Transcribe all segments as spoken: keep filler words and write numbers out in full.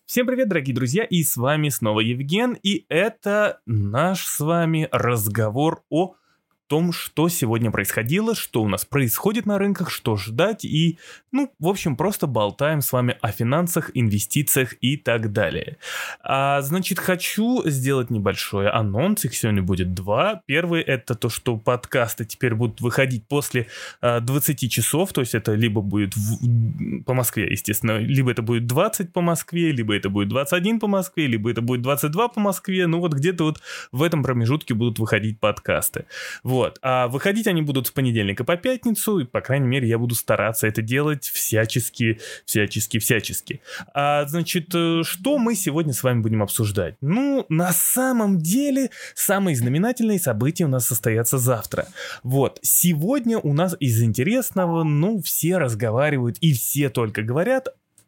Всем привет, дорогие друзья, и с вами снова Евген, и это наш с вами разговор о том, что сегодня происходило, что у нас происходит на рынках, что ждать и, ну, в общем, просто болтаем с вами о финансах, инвестициях и так далее. А, значит, хочу сделать небольшой анонс, их сегодня будет два. Первый — это то, что подкасты теперь будут выходить после а, двадцати часов, то есть это либо будет в, по Москве, естественно, либо это будет двадцать по Москве, либо это будет двадцать один по Москве, либо это будет двадцать два по Москве, ну вот где-то вот в этом промежутке будут выходить подкасты. Вот. Вот. А выходить они будут с понедельника по пятницу, и, по крайней мере, я буду стараться это делать всячески, всячески, всячески. А, значит, что мы сегодня с вами будем обсуждать? Ну, на самом деле, самые знаменательные события у нас состоятся завтра. Вот. Сегодня у нас из интересного, ну, все разговаривают и все только говорят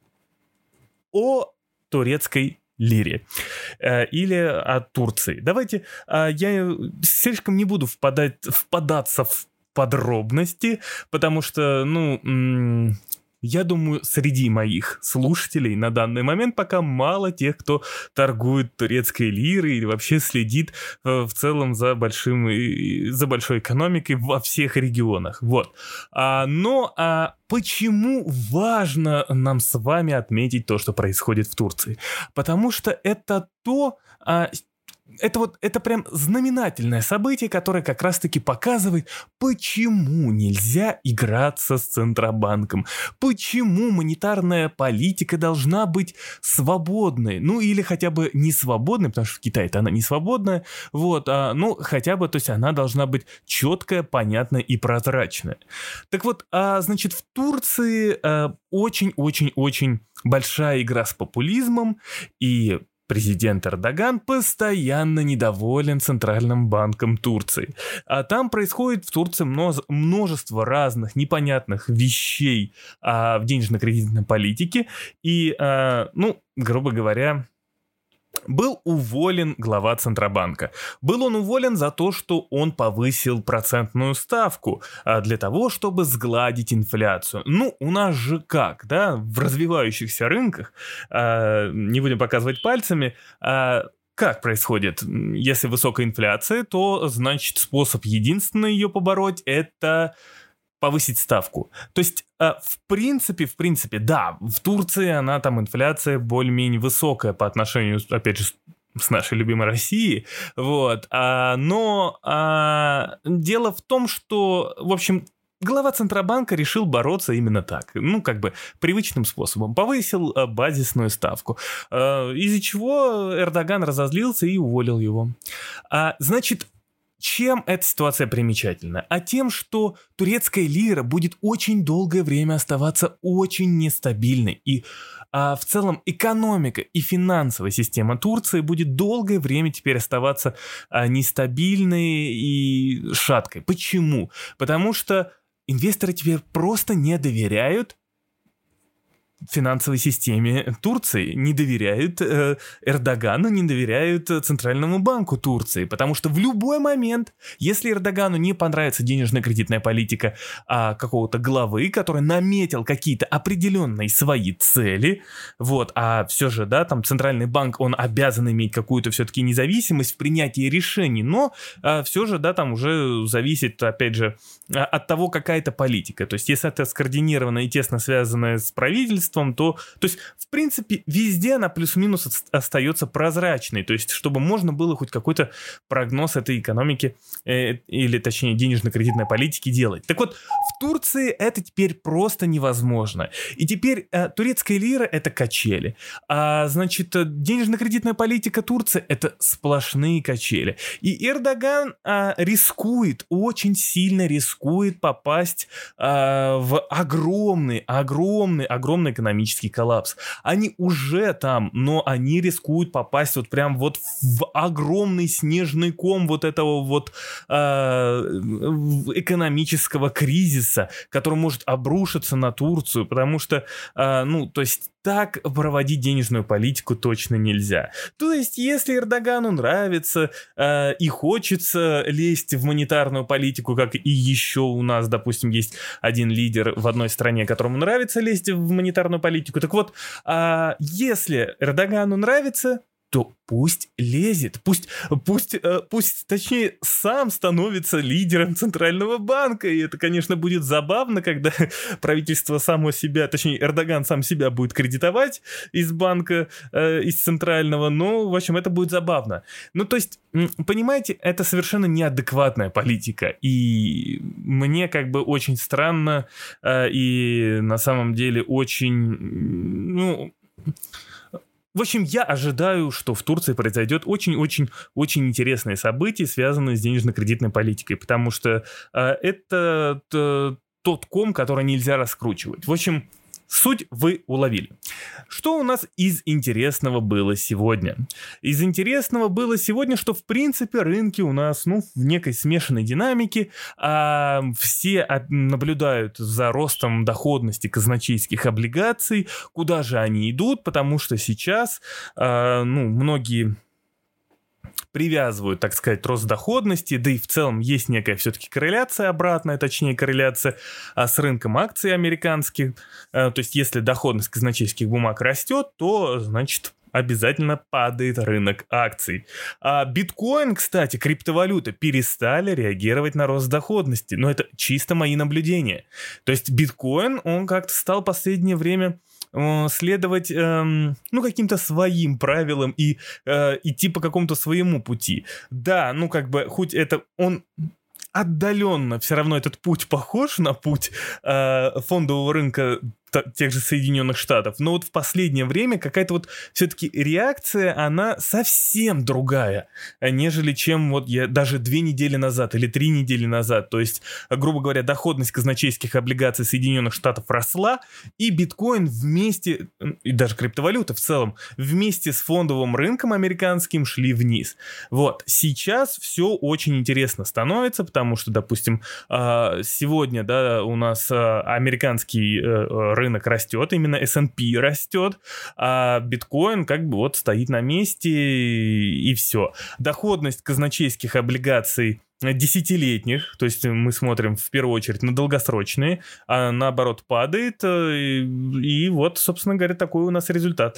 о турецкой лире э, или о Турции. Давайте, э, я слишком не буду впадать, впадаться в подробности, потому что, ну, м- я думаю, среди моих слушателей на данный момент пока мало тех, кто торгует турецкой лирой или вообще следит э, в целом за, большим, э, за большой экономикой во всех регионах. Вот. А, но а почему важно нам с вами отметить то, что происходит в Турции? Потому что это то... А, Это вот, это прям знаменательное событие, которое как раз-таки показывает, почему нельзя играться с Центробанком, почему монетарная политика должна быть свободной, ну или хотя бы не свободной, потому что в Китае-то она не свободная, вот, а, ну хотя бы, то есть она должна быть четкая, понятная и прозрачная. Так вот, а, значит, в Турции а, очень-очень-очень большая игра с популизмом, и президент Эрдоган постоянно недоволен Центральным банком Турции. А там происходит в Турции множество разных непонятных вещей а, в денежно-кредитной политике. И, а, ну, грубо говоря, был уволен глава Центробанка. Был он уволен за то, что он повысил процентную ставку а, для того, чтобы сгладить инфляцию. Ну, у нас же как, да, в развивающихся рынках, а, не будем показывать пальцами, а, как происходит? Если высокая инфляция, то, значит, способ единственный ее побороть — это повысить ставку. То есть, э, в принципе, в принципе, да, в Турции она там инфляция более-менее высокая по отношению, опять же, с нашей любимой Россией, вот, а, но а, дело в том, что, в общем, глава Центробанка решил бороться именно так, ну, как бы, привычным способом. Повысил а, базисную ставку, а, из-за чего Эрдоган разозлился и уволил его. А, значит, чем эта ситуация примечательна? А тем, что турецкая лира будет очень долгое время оставаться очень нестабильной. И а, в целом экономика и финансовая система Турции будет долгое время теперь оставаться а, нестабильной и шаткой. Почему? Потому что инвесторы теперь просто не доверяют финансовой системе Турции, не доверяют э, Эрдогану, не доверяют Центральному банку Турции, потому что в любой момент, если Эрдогану не понравится денежно-кредитная политика а, какого-то главы, который наметил какие-то определенные свои цели, вот, а все же, да, там Центральный банк, он обязан иметь какую-то все-таки независимость в принятии решений, но а, все же, да, там уже зависит, опять же, от того, какая это политика. То есть, если это скоординированная и тесно связанная с правительством, то, то есть, в принципе, везде она плюс-минус остается прозрачной, то есть, чтобы можно было хоть какой-то прогноз этой экономики, э, или, точнее, денежно-кредитной политики делать. Так вот, в Турции это теперь просто невозможно. И теперь э, турецкая лира — это качели. А, значит, денежно-кредитная политика Турции — это сплошные качели. И Эрдоган э, рискует, очень сильно рискует попасть э, в огромный, огромный, огромный экономический коллапс. Они уже там, но они рискуют попасть вот прям вот в огромный снежный ком вот этого вот э, экономического кризиса, который может обрушиться на Турцию, потому что, э, ну, то есть так проводить денежную политику точно нельзя. То есть, если Эрдогану нравится э, и хочется лезть в монетарную политику, как и еще у нас, допустим, есть один лидер в одной стране, которому нравится лезть в монетарную политику, так вот, э, если Эрдогану нравится, то пусть лезет, пусть, пусть, э, пусть, точнее, сам становится лидером Центрального банка, и это, конечно, будет забавно, когда правительство само себя, точнее, Эрдоган сам себя будет кредитовать из банка, э, из Центрального, но, в общем, это будет забавно. Ну, то есть, понимаете, это совершенно неадекватная политика, и мне как бы очень странно, э, и на самом деле очень, ну... В общем, я ожидаю, что в Турции произойдет очень-очень-очень интересные события, связанные с денежно-кредитной политикой, потому что э, это т, тот ком, который нельзя раскручивать. В общем, суть вы уловили. Что у нас из интересного было сегодня? Из интересного было сегодня, что в принципе рынки у нас, ну, в некой смешанной динамике, а все наблюдают за ростом доходности казначейских облигаций, куда же они идут, потому что сейчас, а, ну, многие... привязывают, так сказать, рост доходности, да и в целом есть некая все-таки корреляция обратная, точнее корреляция а, с рынком акций американских. А, то есть если доходность казначейских бумаг растет, то, значит, обязательно падает рынок акций. А биткоин, кстати, криптовалюта, перестали реагировать на рост доходности. Но это чисто мои наблюдения. То есть биткоин, он как-то стал в последнее время... следовать, эм, ну, каким-то своим правилам и э, идти по какому-то своему пути. Да, ну, как бы, хоть это он отдаленно, все равно этот путь похож на путь э, фондового рынка тех же Соединенных Штатов, но вот в последнее время какая-то вот все-таки реакция, она совсем другая, нежели чем вот я даже две недели назад или три недели назад. То есть, грубо говоря, доходность казначейских облигаций Соединенных Штатов росла, и биткоин вместе, и даже криптовалюта в целом, вместе с фондовым рынком американским шли вниз. Вот, сейчас все очень интересно становится, потому что, допустим, сегодня, да, у нас американский рынок рынок растет, именно эс энд пи растет, а биткоин как бы вот стоит на месте и, и все. Доходность казначейских облигаций десятилетних, то есть мы смотрим в первую очередь на долгосрочные, а наоборот падает, и, и вот, собственно говоря, такой у нас результат.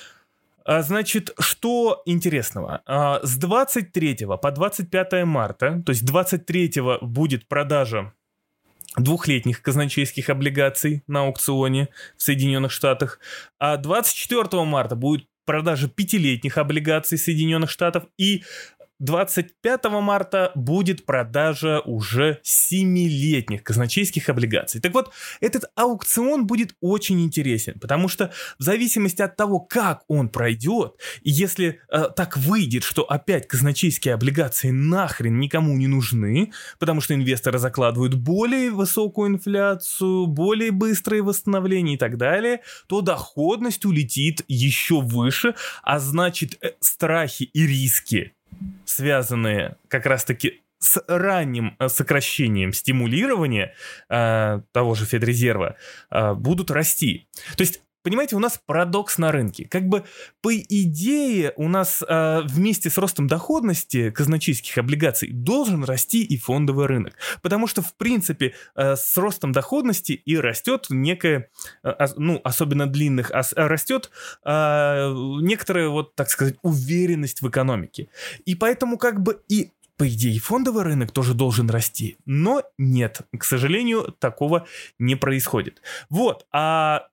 Значит, что интересного? С двадцать третьего по двадцать пятое марта, то есть двадцать третьего будет продажа двухлетних казначейских облигаций на аукционе в Соединенных Штатах, а двадцать четвёртого марта будет продажа пятилетних облигаций Соединенных Штатов, и двадцать пятого марта будет продажа уже семилетних казначейских облигаций. Так вот, этот аукцион будет очень интересен, потому что в зависимости от того, как он пройдет, и если э, так выйдет, что опять казначейские облигации нахрен никому не нужны, потому что инвесторы закладывают более высокую инфляцию, более быстрое восстановление и так далее, то доходность улетит еще выше, а значит, э, страхи и риски, связанные как раз-таки с ранним сокращением стимулирования э, того же Федрезерва, э, будут расти. То есть, понимаете, у нас парадокс на рынке. Как бы по идее у нас э, вместе с ростом доходности казначейских облигаций должен расти и фондовый рынок. Потому что, в принципе, э, с ростом доходности и растет некая, э, ну, особенно длинных, а растет э, некоторая, вот, так сказать, уверенность в экономике. И поэтому как бы и по идее, фондовый рынок тоже должен расти. Но нет, к сожалению, такого не происходит. Вот, а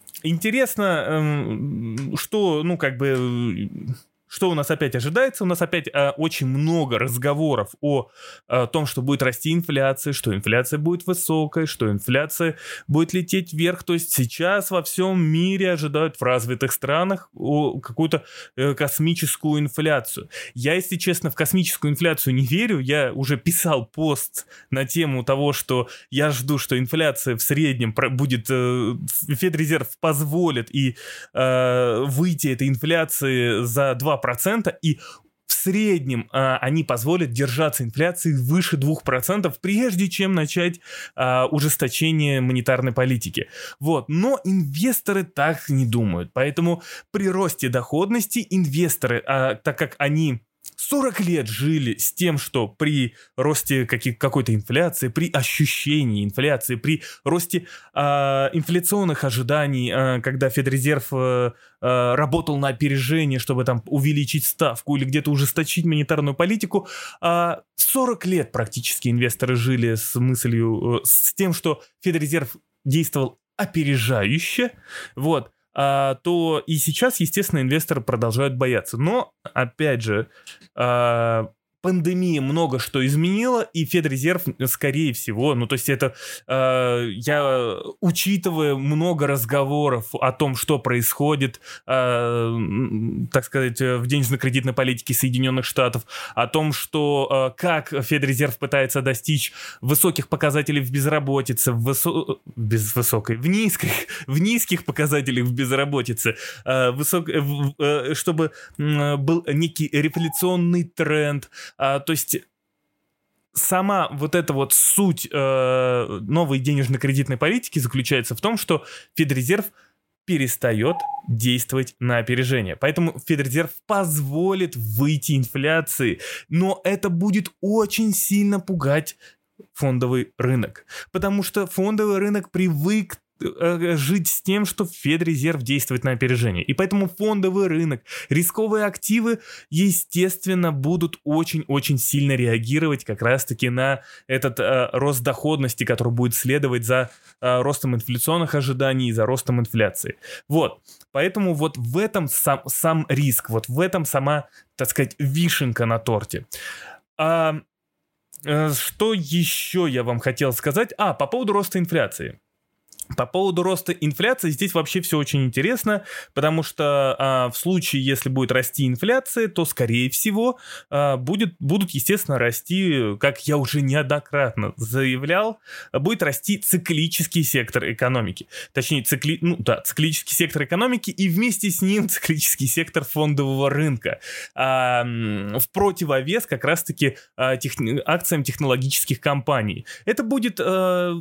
интересно, что, ну, как бы, что у нас опять ожидается? У нас опять э, очень много разговоров о, о том, что будет расти инфляция, что инфляция будет высокой, что инфляция будет лететь вверх. То есть сейчас во всем мире ожидают в развитых странах о, какую-то э, космическую инфляцию. Я, если честно, в космическую инфляцию не верю. Я уже писал пост на тему того, что я жду, что инфляция в среднем будет, э, Федрезерв позволит и э, выйти этой инфляции за два процента, и в среднем а, они позволят держаться инфляции выше двух процентов, прежде чем начать а, ужесточение монетарной политики. Вот. Но инвесторы так не думают. Поэтому при росте доходности инвесторы, а, так как они сорок лет жили с тем, что при росте каких- какой-то инфляции, при ощущении инфляции, при росте э, инфляционных ожиданий, э, когда Федрезерв э, э, работал на опережение, чтобы там увеличить ставку или где-то ужесточить монетарную политику, э, сорок лет практически инвесторы жили с мыслью, э, с тем, что Федрезерв действовал опережающе, вот, А, то и сейчас, естественно, инвесторы продолжают бояться. Но, опять же, а, пандемия много что изменила, и Федрезерв, скорее всего, ну, то есть это, э, я, учитывая много разговоров о том, что происходит, э, так сказать, в денежно-кредитной политике Соединенных Штатов, о том, что, э, как Федрезерв пытается достичь высоких показателей в безработице, в, высо... без высокой, в, низких, в низких показателях в безработице, э, высок... э, чтобы э, был некий рефляционный тренд. А, то есть сама вот эта вот суть э, новой денежно-кредитной политики заключается в том, что Федрезерв перестает действовать на опережение. Поэтому Федрезерв позволит выйти инфляции, но это будет очень сильно пугать фондовый рынок. Потому что фондовый рынок привык жить с тем, что Федрезерв действует на опережение. И поэтому фондовый рынок, рисковые активы, естественно, будут очень-очень сильно реагировать как раз-таки на этот э, рост доходности, который будет следовать за э, ростом инфляционных ожиданий и за ростом инфляции. Вот. Поэтому вот в этом сам, сам риск, вот в этом сама, так сказать, вишенка на торте. А, э, что еще я вам хотел сказать? А, по поводу роста инфляции. По поводу роста инфляции здесь вообще все очень интересно, потому что а, в случае, если будет расти инфляция, то, скорее всего, а, будет, будут, естественно, расти, как я уже неоднократно заявлял, будет расти циклический сектор экономики. Точнее, цикли, ну, да, циклический сектор экономики и вместе с ним циклический сектор фондового рынка. А, в противовес как раз-таки а, тех, акциям технологических компаний. Это будет а,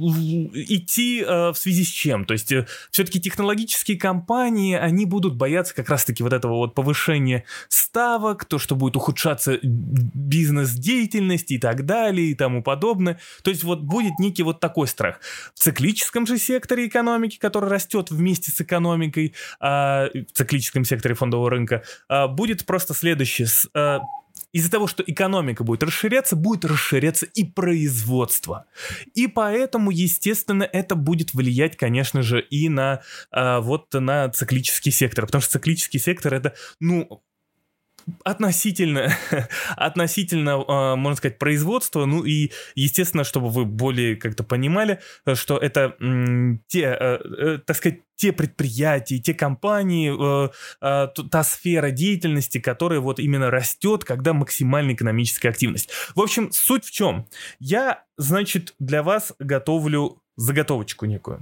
идти в связи с чем? То есть все-таки технологические компании, они будут бояться как раз-таки вот этого вот повышения ставок, то, что будет ухудшаться бизнес-деятельность и так далее и тому подобное. То есть вот будет некий вот такой страх. В циклическом же секторе экономики, который растет вместе с экономикой, а, в циклическом секторе фондового рынка, а, будет просто следующее. С, а, Из-за того, что экономика будет расширяться, будет расширяться и производство. И поэтому, естественно, это будет влиять, конечно же, и на, а, вот, на циклический сектор. Потому что циклический сектор — это, ну, относительно, относительно, можно сказать, производства, ну и, естественно, чтобы вы более как-то понимали, что это м, те, так сказать, те предприятия, те компании, та сфера деятельности, которая вот именно растет, когда максимальная экономическая активность. В общем, суть в чем? Я, значит, для вас готовлю заготовочку некую.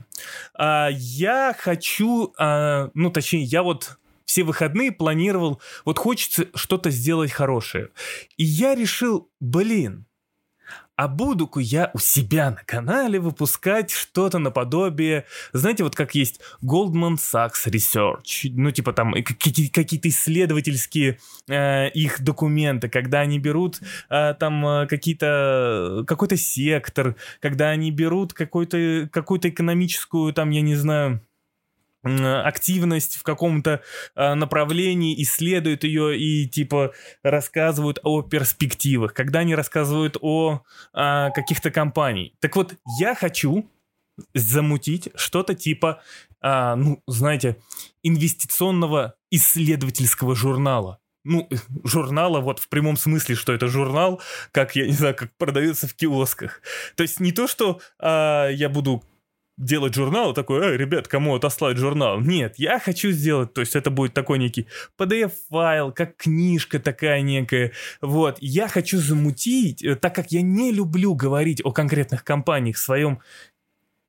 Я хочу, ну, точнее, я вот все выходные планировал, вот хочется что-то сделать хорошее. И я решил, блин, а буду-ка я у себя на канале выпускать что-то наподобие, знаете, вот как есть Goldman Sachs Research, ну типа там какие-то исследовательские э, их документы, когда они берут э, там какие-то, какой-то сектор, когда они берут какой-то, какую-то экономическую, там, я не знаю, активность в каком-то э, направлении, исследуют ее и типа рассказывают о перспективах, когда они рассказывают о э, каких-то компаниях. Так вот, я хочу замутить что-то типа, э, ну, знаете, инвестиционного исследовательского журнала. Ну, журнала вот в прямом смысле, что это журнал, как, я не знаю, как продается в киосках. То есть не то, что э, я буду делать журнал, такой, эй, ребят, кому отослать журнал? Нет, я хочу сделать, то есть это будет такой некий пи ди эф-файл, как книжка такая некая, вот. Я хочу замутить, так как я не люблю говорить о конкретных компаниях в своем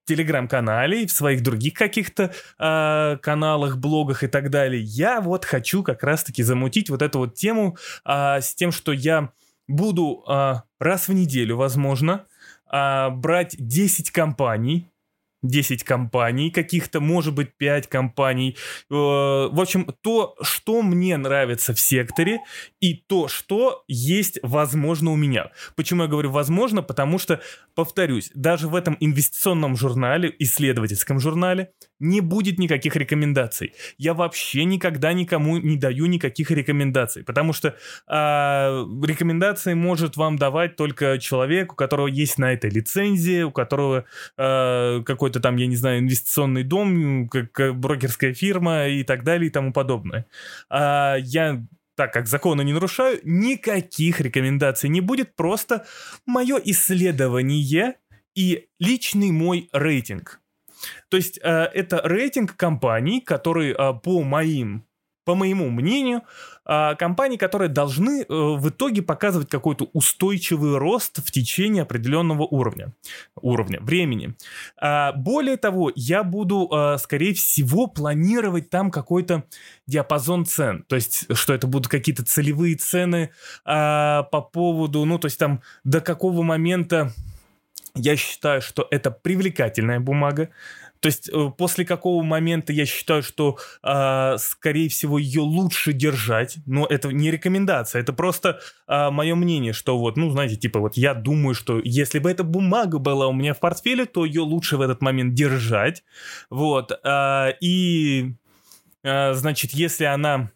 телеграм-канале, и в своих других каких-то э, каналах, блогах и так далее. Я вот хочу как раз-таки замутить вот эту вот тему э, с тем, что я буду э, раз в неделю, возможно, э, брать десять компаний, десять компаний, каких-то, может быть, пять компаний. В общем, то, что мне нравится в секторе, и то, что есть, возможно, у меня. Почему я говорю «возможно»? Потому что, повторюсь, даже в этом инвестиционном журнале, исследовательском журнале, не будет никаких рекомендаций. Я вообще никогда никому не даю никаких рекомендаций, потому что э, рекомендации может вам давать только человек, у которого есть на это лицензия, у которого э, какой-то там, я не знаю, инвестиционный дом, как брокерская фирма и так далее и тому подобное. А я, так как законы не нарушаю, никаких рекомендаций не будет, просто мое исследование и личный мой рейтинг. То есть э, это рейтинг компаний, которые э, по моим, по моему мнению, э, компании, которые должны э, в итоге показывать какой-то устойчивый рост в течение определенного уровня, уровня времени. Э, более того, я буду, э, скорее всего, планировать там какой-то диапазон цен. То есть, что это будут какие-то целевые цены э, по поводу, ну, то есть там до какого момента я считаю, что это привлекательная бумага. То есть э, после какого момента я считаю, что, э, скорее всего, ее лучше держать. Но это не рекомендация, это просто э, мое мнение, что вот, ну, знаете, типа вот я думаю, что если бы эта бумага была у меня в портфеле, то ее лучше в этот момент держать. Вот. Э, и, э, значит, если она...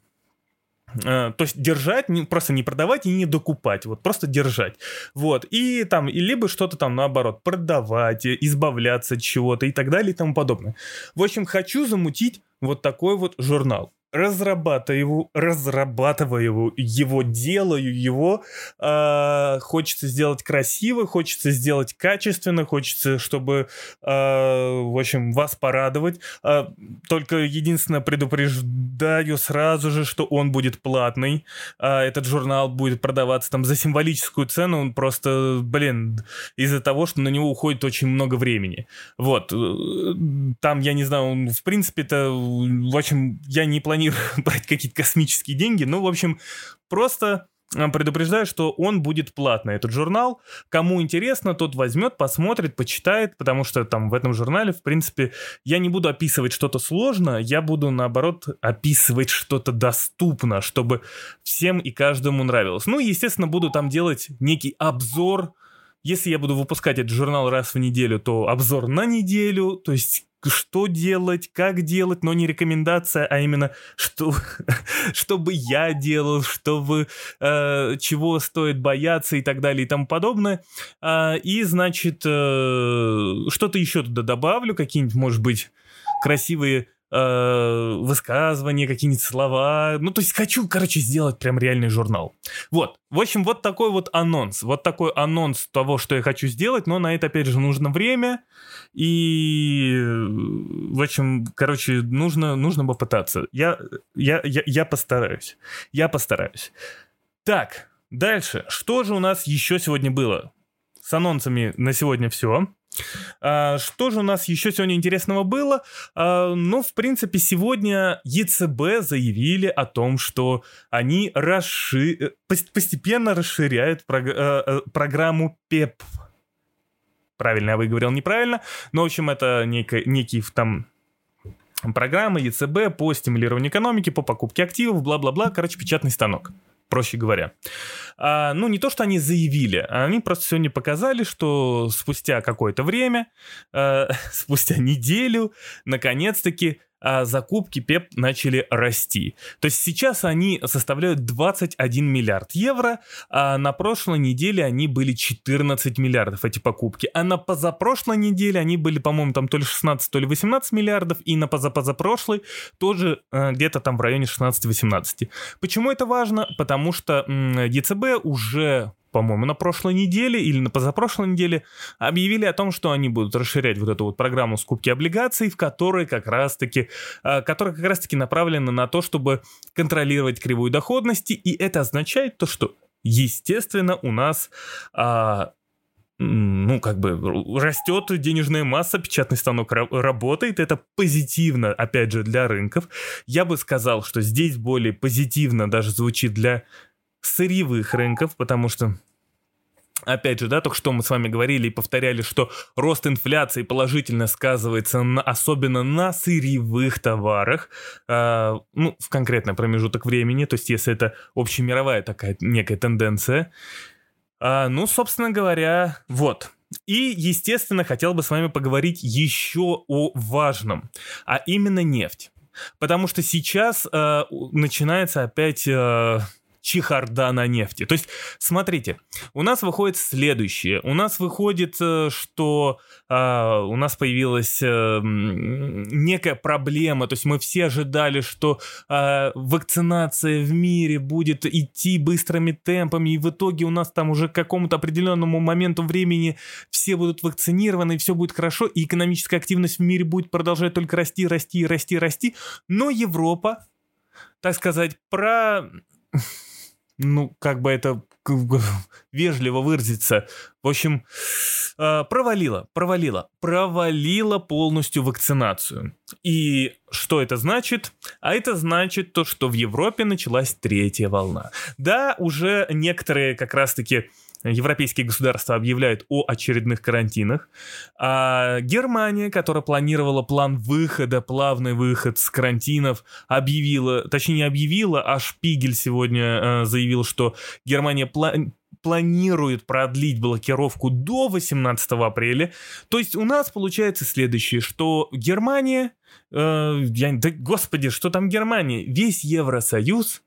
То есть держать, не, просто не продавать и не докупать, вот просто держать. Вот, и там, и либо что-то там наоборот, продавать, избавляться от чего-то и так далее и тому подобное. В общем, хочу замутить вот такой вот журнал. Разрабатываю его, разрабатываю его, делаю его. Э, хочется сделать красиво, хочется сделать качественно, хочется, чтобы, э, в общем, вас порадовать. Э, только единственное предупреждаю сразу же, что он будет платный. Э, этот журнал будет продаваться там за символическую цену. Он просто, блин, из-за того, что на него уходит очень много времени. Вот. Там, я не знаю, он, в принципе-то, в общем, я не планирую брать какие-то космические деньги. Ну, в общем, просто предупреждаю, что он будет платный, этот журнал. Кому интересно, тот возьмет, посмотрит, почитает, потому что там в этом журнале, в принципе, я не буду описывать что-то сложное, я буду, наоборот, описывать что-то доступно, чтобы всем и каждому нравилось. Ну, естественно, буду там делать некий обзор. Если я буду выпускать этот журнал раз в неделю, то обзор на неделю, то есть что делать, как делать, но не рекомендация, а именно что, что бы я делал, чтобы, э, чего стоит бояться и так далее и тому подобное. А, и, значит, э, что-то еще туда добавлю, какие-нибудь, может быть, красивые э, высказывания, какие-нибудь слова. Ну, то есть хочу, короче, сделать прям реальный журнал. Вот. В общем, вот такой вот анонс. Вот такой анонс того, что я хочу сделать, но на это, опять же, нужно время. И, в общем, короче, нужно, нужно попытаться. Я, я, я, я постараюсь. Я постараюсь. Так, дальше. Что же у нас еще сегодня было? С анонсами на сегодня все. А, что же у нас еще сегодня интересного было? А, ну, в принципе, сегодня ЕЦБ заявили о том, что они расши... постепенно расширяют прог... а, программу ПЕП. Правильно я выговорил, неправильно. Но, в общем, это некий, некий там... программа ЕЦБ по стимулированию экономики, по покупке активов, бла-бла-бла. Короче, печатный станок, проще говоря. А, ну, не то, что они заявили, они просто сегодня показали, что спустя какое-то время, а, спустя неделю, наконец-таки а закупки ПЕП начали расти. То есть сейчас они составляют двадцать один миллиард евро, а на прошлой неделе они были четырнадцать миллиардов, эти покупки. А на позапрошлой неделе они были, по-моему, там то ли шестнадцать, то ли восемнадцать миллиардов, и на позапозапрошлой тоже э, где-то там в районе шестнадцать-восемнадцать. Почему это важно? Потому что м, ЕЦБ уже... по-моему, на прошлой неделе или на позапрошлой неделе объявили о том, что они будут расширять вот эту вот программу скупки облигаций, в которой как раз-таки, которая как раз-таки направлена на то, чтобы контролировать кривую доходности, и это означает то, что, естественно, у нас а, ну, как бы растет денежная масса, печатный станок работает, это позитивно, опять же, для рынков. Я бы сказал, что здесь более позитивно даже звучит для сырьевых рынков, потому что, опять же, да, только что мы с вами говорили и повторяли, что рост инфляции положительно сказывается на, особенно на сырьевых товарах, э, ну, в конкретный промежуток времени, то есть если это общемировая такая некая тенденция. А, ну, собственно говоря, вот. И, естественно, хотел бы с вами поговорить еще о важном, а именно нефть. Потому что сейчас э, начинается опять э, чехарда на нефти. То есть, смотрите, у нас выходит следующее. У нас выходит, э, что э, у нас появилась э, некая проблема. То есть мы все ожидали, что э, вакцинация в мире будет идти быстрыми темпами, и в итоге у нас там уже к какому-то определенному моменту времени все будут вакцинированы, и все будет хорошо, и экономическая активность в мире будет продолжать только расти, расти, расти, расти. Но Европа, так сказать, про... ну, как бы это вежливо выразиться, в общем, провалила, провалила, провалила полностью вакцинацию. И что это значит? А это значит то, что в Европе началась третья волна. Да, уже некоторые как раз-таки европейские государства объявляют о очередных карантинах, а Германия, которая планировала план выхода, плавный выход с карантинов, объявила, точнее не объявила, а Шпигель сегодня э, заявил, что Германия пла- планирует продлить блокировку до восемнадцатого апреля. То есть у нас получается следующее, что Германия, э, я, да господи, что там Германия, весь Евросоюз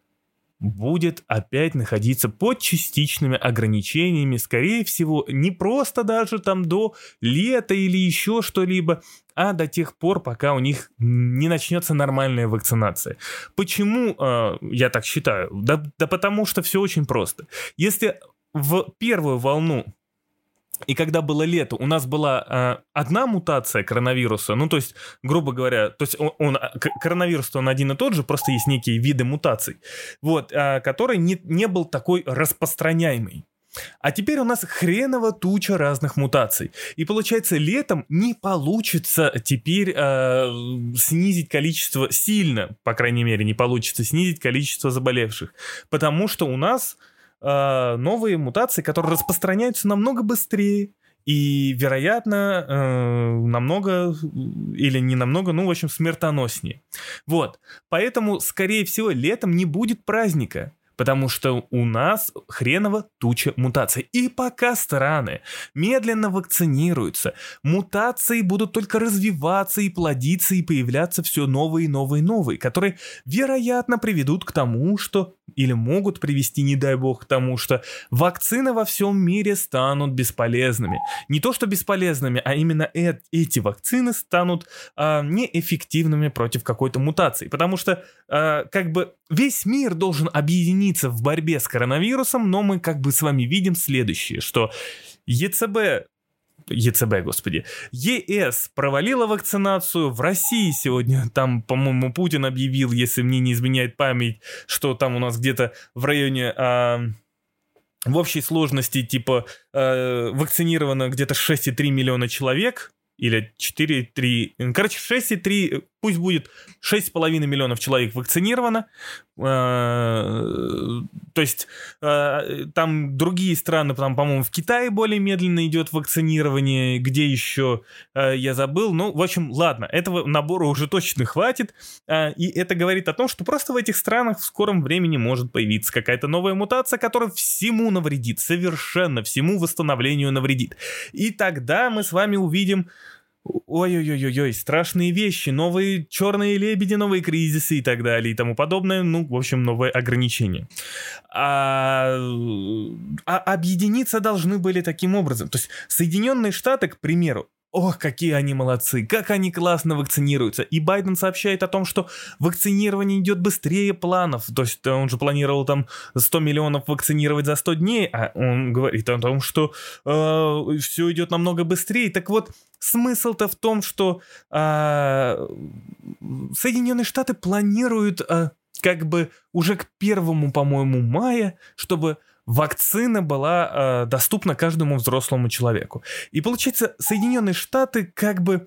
будет опять находиться под частичными ограничениями, скорее всего, не просто даже там до лета или еще что-либо, а до тех пор, пока у них не начнется нормальная вакцинация. Почему э, я так считаю? Да, да потому что все очень просто. Если в первую волну и когда было лето, у нас была э, одна мутация коронавируса, ну, то есть, грубо говоря, то есть он, он, коронавирус, он один и тот же, просто есть некие виды мутаций, вот, э, который не, не был такой распространяемый. А теперь у нас хреново туча разных мутаций. И получается, летом не получится теперь э, снизить количество, сильно, по крайней мере, не получится снизить количество заболевших. Потому что у нас э, новые мутации, которые распространяются намного быстрее. И, вероятно, э, намного, или не намного, ну, в общем, смертоноснее. Вот. Поэтому, скорее всего, летом не будет праздника. Потому что у нас хреново туча мутаций. И пока страны медленно вакцинируются, мутации будут только развиваться и плодиться, и появляться все новые, новые, новые, которые, вероятно, приведут к тому, что, или могут привести, не дай бог, к тому, что вакцины во всем мире станут бесполезными. Не то, что бесполезными, а именно э- эти вакцины станут э, неэффективными против какой-то мутации. Потому что, э, как бы, весь мир должен объединиться в борьбе с коронавирусом, но мы как бы с вами видим следующее, что ЕЦБ, ЕЦБ, господи, ЕС провалила вакцинацию, в России сегодня, там, по-моему, Путин объявил, если мне не изменяет память, что там у нас где-то в районе... А, в общей сложности, типа, э, вакцинировано где-то шесть и три миллиона человек, или четыре и три, короче, шесть и три, пусть будет шесть с половиной миллионов человек вакцинировано. То есть там другие страны, там, по-моему, в Китае более медленно идет вакцинирование, где еще я забыл. Ну, в общем, ладно, этого набора уже точно хватит. И это говорит о том, что просто в этих странах в скором времени может появиться какая-то новая мутация, которая всему навредит, совершенно всему восстановлению навредит. И тогда мы с вами увидим... Ой-ой-ой-ой, страшные вещи, новые черные лебеди, новые кризисы и так далее и тому подобное, ну, в общем, новые ограничения. А, а объединиться должны были таким образом. То есть Соединенные Штаты, к примеру, ох, какие они молодцы, как они классно вакцинируются. И Байден сообщает о том, что вакцинирование идет быстрее планов. То есть он же планировал там сто миллионов вакцинировать за сто дней, а он говорит о том, что э, все идет намного быстрее. Так вот, смысл-то в том, что э, Соединенные Штаты планируют э, как бы уже к первому, по-моему, мая, чтобы вакцина была э, доступна каждому взрослому человеку. И получается, Соединенные Штаты как бы...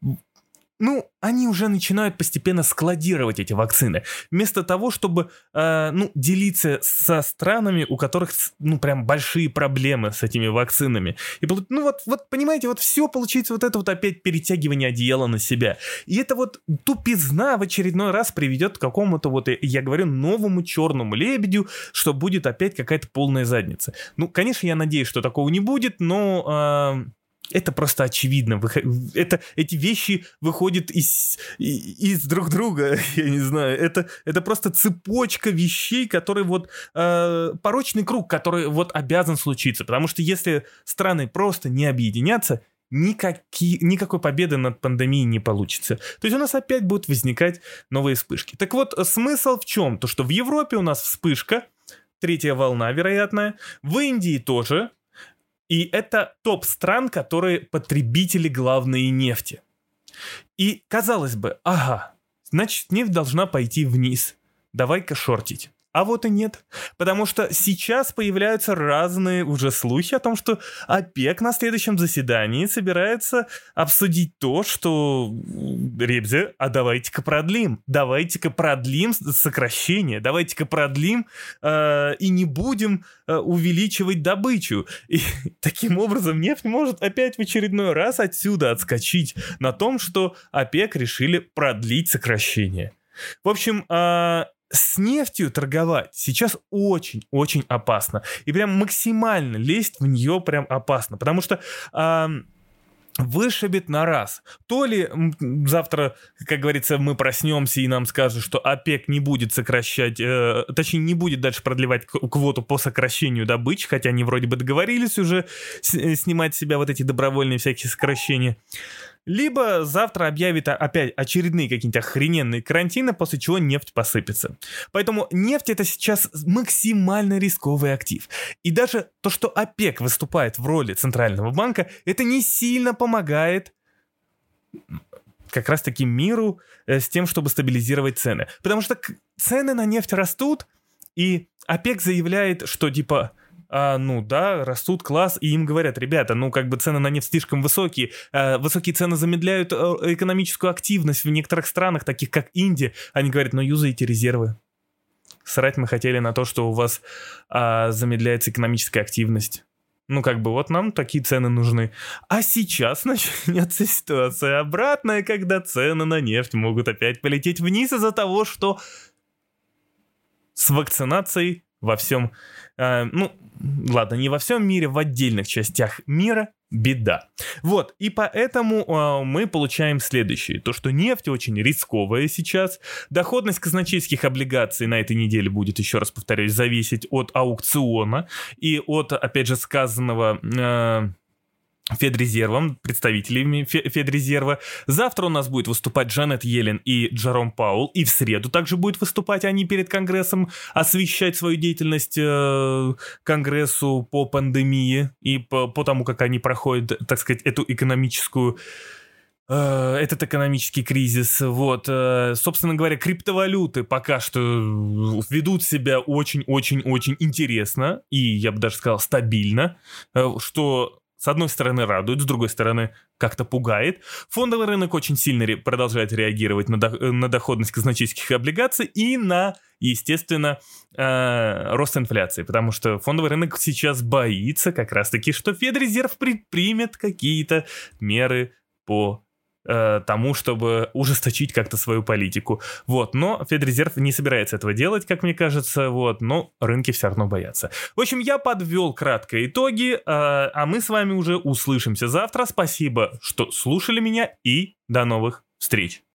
Ну, они уже начинают постепенно складировать эти вакцины. Вместо того, чтобы, э, ну, делиться со странами, у которых, ну, прям большие проблемы с этими вакцинами. И, ну, вот, вот, понимаете, вот все получается вот это вот опять перетягивание одеяла на себя. И это вот тупизна в очередной раз приведет к какому-то вот, я говорю, новому черному лебедю, что будет опять какая-то полная задница. Ну, конечно, я надеюсь, что такого не будет, но... Э, Это просто очевидно. Это, эти вещи выходят из, из друг друга, я не знаю. Это, это просто цепочка вещей, которые вот... Э, порочный круг, который вот обязан случиться. Потому что если страны просто не объединятся, никакие, никакой победы над пандемией не получится. То есть у нас опять будут возникать новые вспышки. Так вот, смысл в чем? То, что в Европе у нас вспышка, третья волна, вероятно. В Индии тоже. И это топ стран, которые потребители главные нефти. И казалось бы, ага, значит, нефть должна пойти вниз. Давай-ка шортить. А вот и нет. Потому что сейчас появляются разные уже слухи о том, что ОПЕК на следующем заседании собирается обсудить то, что, ребзя, а давайте-ка продлим. Давайте-ка продлим сокращение. Давайте-ка продлим э, и не будем э, увеличивать добычу. И таким образом нефть может опять в очередной раз отсюда отскочить на том, что ОПЕК решили продлить сокращение. В общем, э, с нефтью торговать сейчас очень-очень опасно. И прям максимально лезть в нее прям опасно. Потому что э, вышибет на раз. То ли завтра, как говорится, мы проснемся и нам скажут, что ОПЕК не будет сокращать, э, точнее не будет дальше продлевать квоту по сокращению добычи, хотя они вроде бы договорились уже с- снимать с себя вот эти добровольные всякие сокращения. Либо завтра объявит опять очередные какие-то охрененные карантины, после чего нефть посыпется. Поэтому нефть — это сейчас максимально рисковый актив. И даже то, что ОПЕК выступает в роли центрального банка, это не сильно помогает как раз-таки миру с тем, чтобы стабилизировать цены. Потому что цены на нефть растут, и ОПЕК заявляет, что типа... А, ну да, растут, класс, и им говорят, ребята, ну как бы цены на нефть слишком высокие, а, высокие цены замедляют а, экономическую активность в некоторых странах, таких как Индия. Они говорят, ну юзайте резервы. Срать мы хотели на то, что у вас а, замедляется экономическая активность. Ну как бы вот нам такие цены нужны. А сейчас начнется ситуация обратная, когда цены на нефть могут опять полететь вниз из-за того, что с вакцинацией во всем, э, ну, ладно, не во всем мире, в отдельных частях мира беда. Вот, и поэтому э, мы получаем следующее. То, что нефть очень рисковая сейчас. Доходность казначейских облигаций на этой неделе будет, еще раз повторюсь, зависеть от аукциона и от, опять же, сказанного... Э, Федрезервом, представителями Федрезерва. Завтра у нас будет выступать Джанет Йеллен и Джером Пауэлл, и в среду также будут выступать они перед Конгрессом, освещать свою деятельность э, Конгрессу по пандемии и по, по тому, как они проходят, так сказать, эту экономическую э, этот экономический кризис. Вот, э, собственно говоря, криптовалюты пока что ведут себя очень-очень-очень интересно и, я бы даже сказал, стабильно, э, что с одной стороны радует, с другой стороны как-то пугает. Фондовый рынок очень сильно ре- продолжает реагировать на, до- на доходность казначейских облигаций и на, естественно, э- рост инфляции. Потому что фондовый рынок сейчас боится как раз-таки, что Федрезерв предпримет какие-то меры по э- тому, чтобы ужесточить как-то свою политику. Вот. Но Федрезерв не собирается этого делать, как мне кажется. Вот. Но рынки все равно боятся. В общем, я подвел кратко итоги, э- а мы с вами уже услышимся завтра. Спасибо, что слушали меня, и до новых встреч.